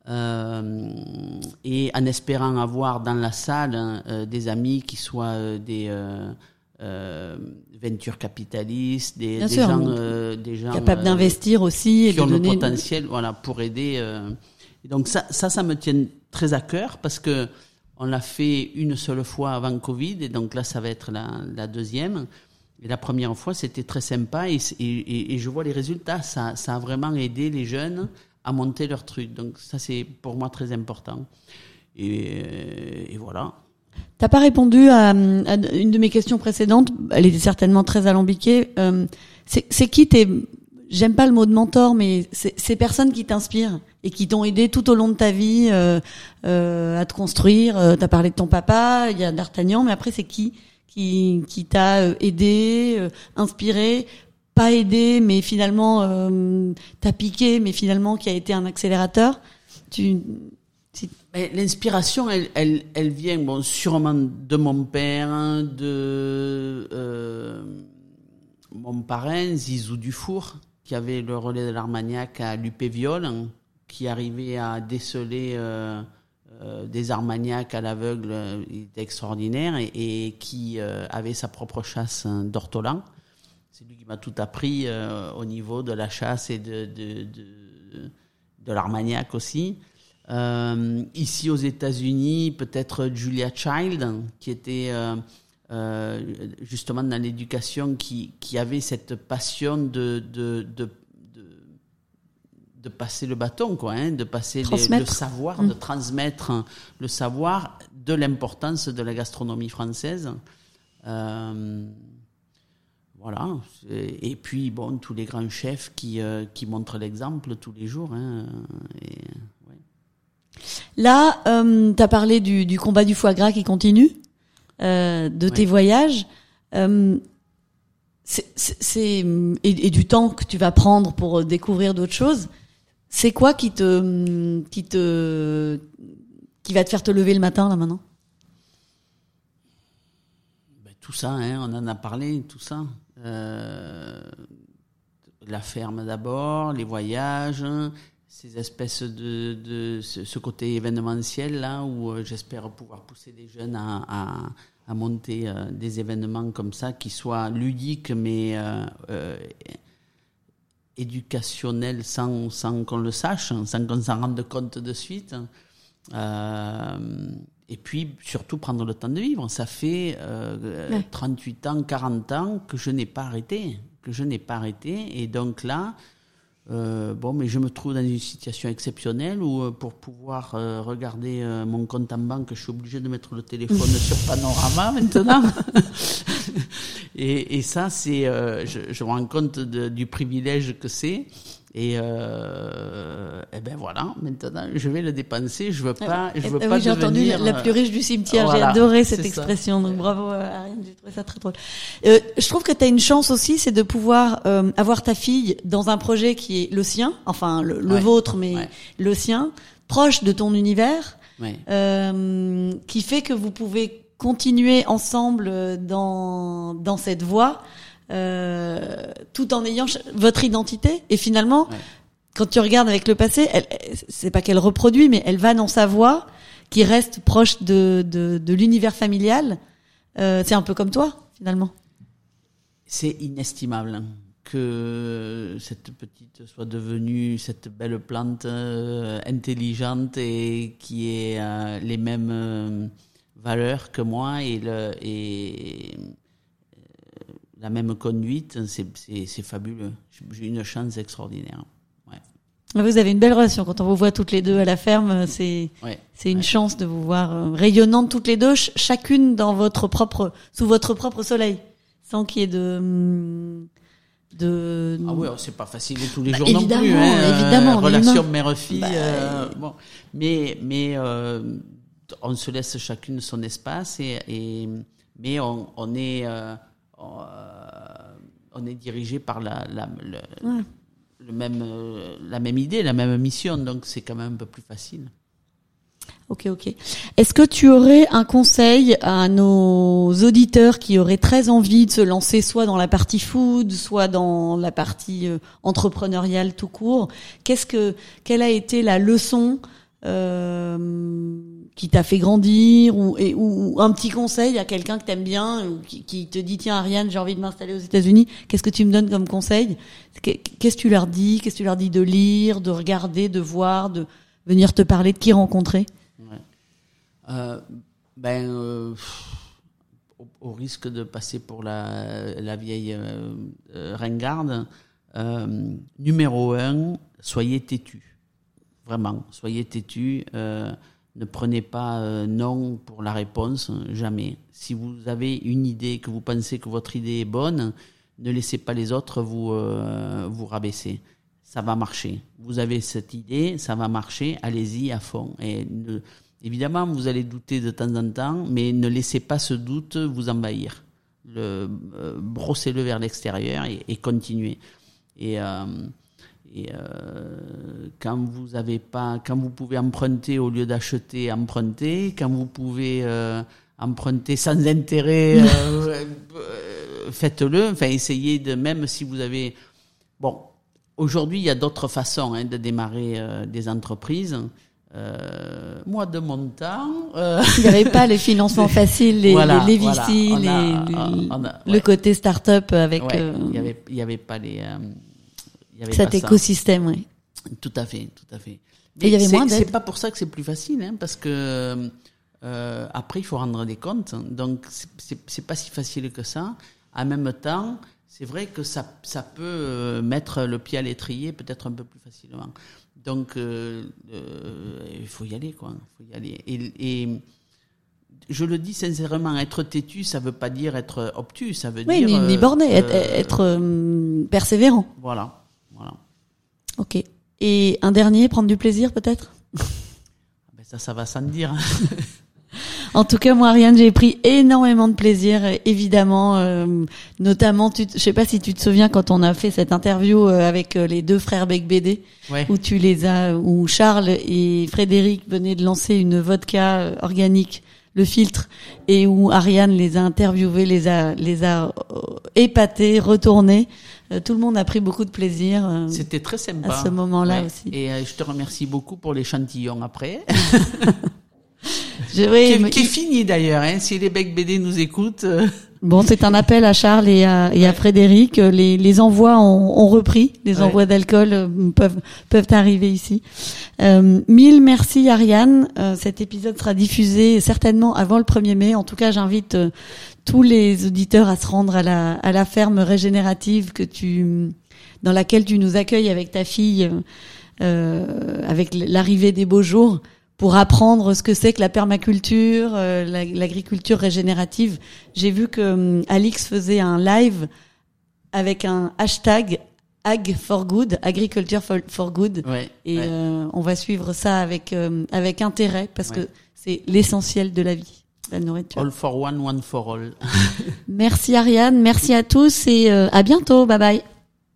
et en espérant avoir dans la salle des amis qui soient des venture capitalistes, des gens capables d'investir aussi et qui ont le potentiel pour aider. Et donc ça me tient très à cœur parce que on l'a fait une seule fois avant Covid, et donc là, ça va être la deuxième. Et la première fois, c'était très sympa, et je vois les résultats. Ça a vraiment aidé les jeunes à monter leur truc. Donc ça, c'est pour moi très important. Et voilà. T'as pas répondu à une de mes questions précédentes. Elle était certainement très alambiquée. C'est qui j'aime pas le mot de mentor, mais ces personnes qui t'inspirent et qui t'ont aidé tout au long de ta vie à te construire. T'as parlé de ton papa, il y a D'Artagnan, mais après c'est qui t'a aidé, inspiré, pas aidé, mais finalement t'a piqué, mais finalement qui a été un accélérateur. L'inspiration, elle vient sûrement de mon père, de mon parrain Zizou Dufour, qui avait le relais de l'Armagnac à l'UP Viol, qui arrivait à déceler des Armagnacs à l'aveugle, il était extraordinaire, et qui avait sa propre chasse d'ortolan. C'est lui qui m'a tout appris au niveau de la chasse et de l'Armagnac aussi. Ici aux États-Unis, peut-être Julia Child, qui était justement dans l'éducation, qui avait cette passion de passer le bâton, quoi, hein, de passer le savoir, de transmettre le savoir de l'importance de la gastronomie française. Voilà. Et puis, bon, tous les grands chefs qui montrent l'exemple tous les jours. Hein, ouais. Là, tu as parlé du combat du foie gras qui continue, de tes voyages. Et du temps que tu vas prendre pour découvrir d'autres choses. C'est quoi qui va te faire te lever le matin, là, maintenant? Tout ça, hein, on en a parlé, tout ça. La ferme d'abord, les voyages, ces espèces de ce côté événementiel là où j'espère pouvoir pousser des jeunes à monter des événements comme ça qui soient ludiques mais éducationnels sans qu'on le sache, sans qu'on s'en rende compte de suite. Et puis, surtout, prendre le temps de vivre. Ça fait 38 ans, 40 ans que je n'ai pas arrêté. Et donc là, mais je me trouve dans une situation exceptionnelle où, pour pouvoir regarder mon compte en banque, je suis obligé de mettre le téléphone sur Panorama maintenant. et ça, c'est, je me rends compte du privilège que c'est. Et ben voilà, maintenant je vais le dépenser. Je veux pas j'ai devenir, entendu la plus riche du cimetière. Voilà, j'ai adoré cette expression. Donc bravo Ariane, j'ai trouvé ça très drôle. Je trouve que tu as une chance aussi, c'est de pouvoir avoir ta fille dans un projet qui est le sien, enfin le vôtre, mais le sien, proche de ton univers, qui fait que vous pouvez continuer ensemble dans cette voie. Tout en ayant votre identité, et finalement quand tu regardes avec le passé, c'est pas qu'elle reproduit, mais elle va dans sa voie qui reste proche de l'univers familial. C'est un peu comme toi finalement. C'est inestimable que cette petite soit devenue cette belle plante intelligente et qui ait les mêmes valeurs que moi et la même conduite. C'est fabuleux. J'ai une chance extraordinaire. Ouais. Vous avez une belle relation quand on vous voit toutes les deux à la ferme. C'est une chance de vous voir rayonnantes toutes les deux, chacune sous votre propre soleil, sans qu'il y ait de. Ah oui, c'est pas facile tous les jours non plus. Évidemment. Relation mère-fille. Mais on se laisse chacune son espace mais on est dirigé par la même idée, la même mission, donc c'est quand même un peu plus facile. Ok. Est-ce que tu aurais un conseil à nos auditeurs qui auraient très envie de se lancer soit dans la partie food, soit dans la partie entrepreneuriale tout court? Quelle a été la leçon qui t'a fait grandir ou un petit conseil à quelqu'un que t'aimes bien ou qui te dit tiens Ariane, j'ai envie de m'installer aux États-Unis, qu'est-ce que tu me donnes comme conseil? Qu'est-ce que tu leur dis? Qu'est-ce que tu leur dis de lire, de regarder, de voir, de venir te parler, de qui rencontrer? Au risque de passer pour la vieille ringarde, numéro 1, soyez têtus. Vraiment, soyez têtus. Ne prenez pas non pour la réponse, jamais. Si vous avez une idée, que vous pensez que votre idée est bonne, ne laissez pas les autres vous rabaisser. Ça va marcher. Vous avez cette idée, ça va marcher, allez-y à fond. Et évidemment, vous allez douter de temps en temps, mais ne laissez pas ce doute vous envahir. Brossez-le vers l'extérieur et continuez. Quand vous pouvez emprunter au lieu d'acheter, empruntez. Quand vous pouvez emprunter sans intérêt, faites-le. Enfin, essayez même si vous avez. Bon, aujourd'hui, il y a d'autres façons de démarrer des entreprises. moi de mon temps, il n'y avait pas les financements faciles, les VC, le côté start-up avec il y avait pas les il y avait cet pas écosystème, oui. Tout à fait. Et il y avait moins d'aide. C'est pas pour ça que c'est plus facile, hein, parce que après il faut rendre des comptes, donc c'est pas si facile que ça. En même temps, c'est vrai que ça peut mettre le pied à l'étrier peut-être un peu plus facilement. Donc il faut y aller, quoi. Il faut y aller. Et je le dis sincèrement, être têtu, ça veut pas dire être obtus, ça veut dire ni borné, être persévérant. Voilà. Ok. Et un dernier, prendre du plaisir peut-être. Ça va sans dire. En tout cas, moi, Ariane, j'ai pris énormément de plaisir, évidemment, notamment, je sais pas si tu te souviens quand on a fait cette interview avec les deux frères Becbédé, où Charles et Frédéric venaient de lancer une vodka organique, le filtre, et où Ariane les a interviewés, les a épatés, retournés. Tout le monde a pris beaucoup de plaisir. C'était très sympa. À ce moment-là aussi. Et je te remercie beaucoup pour l'échantillon après. Qui est fini d'ailleurs, hein, si les Becbédé nous écoutent. Bon, c'est un appel à Charles et à Frédéric. Les envois ont repris. Les envois d'alcool peuvent arriver ici. 1000 merci Ariane. Cet épisode sera diffusé certainement avant le 1er mai. En tout cas, j'invite tous les auditeurs à se rendre à la ferme régénérative dans laquelle tu nous accueilles avec ta fille, avec l'arrivée des beaux jours, pour apprendre ce que c'est que la permaculture, l'agriculture régénérative. J'ai vu que Alix faisait un live avec un hashtag Ag4Good, Agriculture for Good. On va suivre ça avec intérêt parce que c'est l'essentiel de la vie, la nourriture. All for one, one for all. Merci Ariane, merci à tous et à bientôt. Bye bye.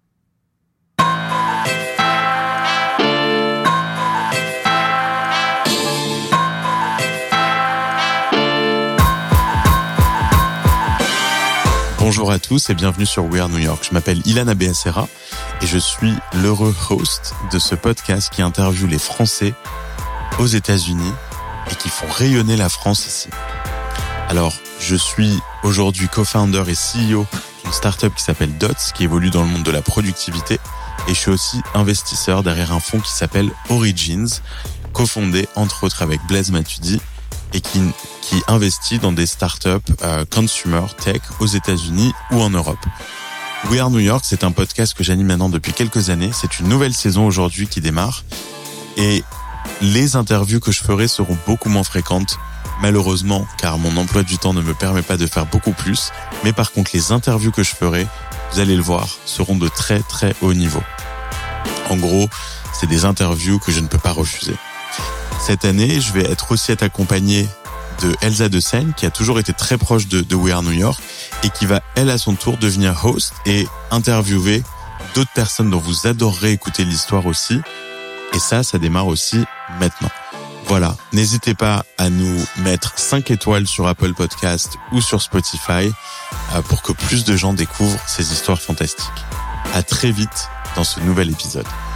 Bonjour à tous et bienvenue sur We Are New York. Je m'appelle Ilana Beacera et je suis l'heureux host de ce podcast qui interviewe les Français aux États-Unis et qui font rayonner la France ici. Alors, je suis aujourd'hui co-founder et CEO d'une startup qui s'appelle Dots, qui évolue dans le monde de la productivité, et je suis aussi investisseur derrière un fonds qui s'appelle Origins, cofondé entre autres avec Blaise Matuidi et qui investit dans des startups consumer tech aux États-Unis ou en Europe. We Are New York, c'est un podcast que j'anime maintenant depuis quelques années. C'est une nouvelle saison aujourd'hui qui démarre et les interviews que je ferai seront beaucoup moins fréquentes, malheureusement, car mon emploi du temps ne me permet pas de faire beaucoup plus. Mais par contre, les interviews que je ferai, vous allez le voir, seront de très très haut niveau. En gros, c'est des interviews que je ne peux pas refuser. Cette année, je vais être aussi accompagné de Elsa de Seine, qui a toujours été très proche de We Are New York et qui va, elle, à son tour, devenir host et interviewer d'autres personnes dont vous adorerez écouter l'histoire aussi. Et ça démarre aussi maintenant. Voilà, n'hésitez pas à nous mettre 5 étoiles sur Apple Podcast ou sur Spotify pour que plus de gens découvrent ces histoires fantastiques. À très vite dans ce nouvel épisode.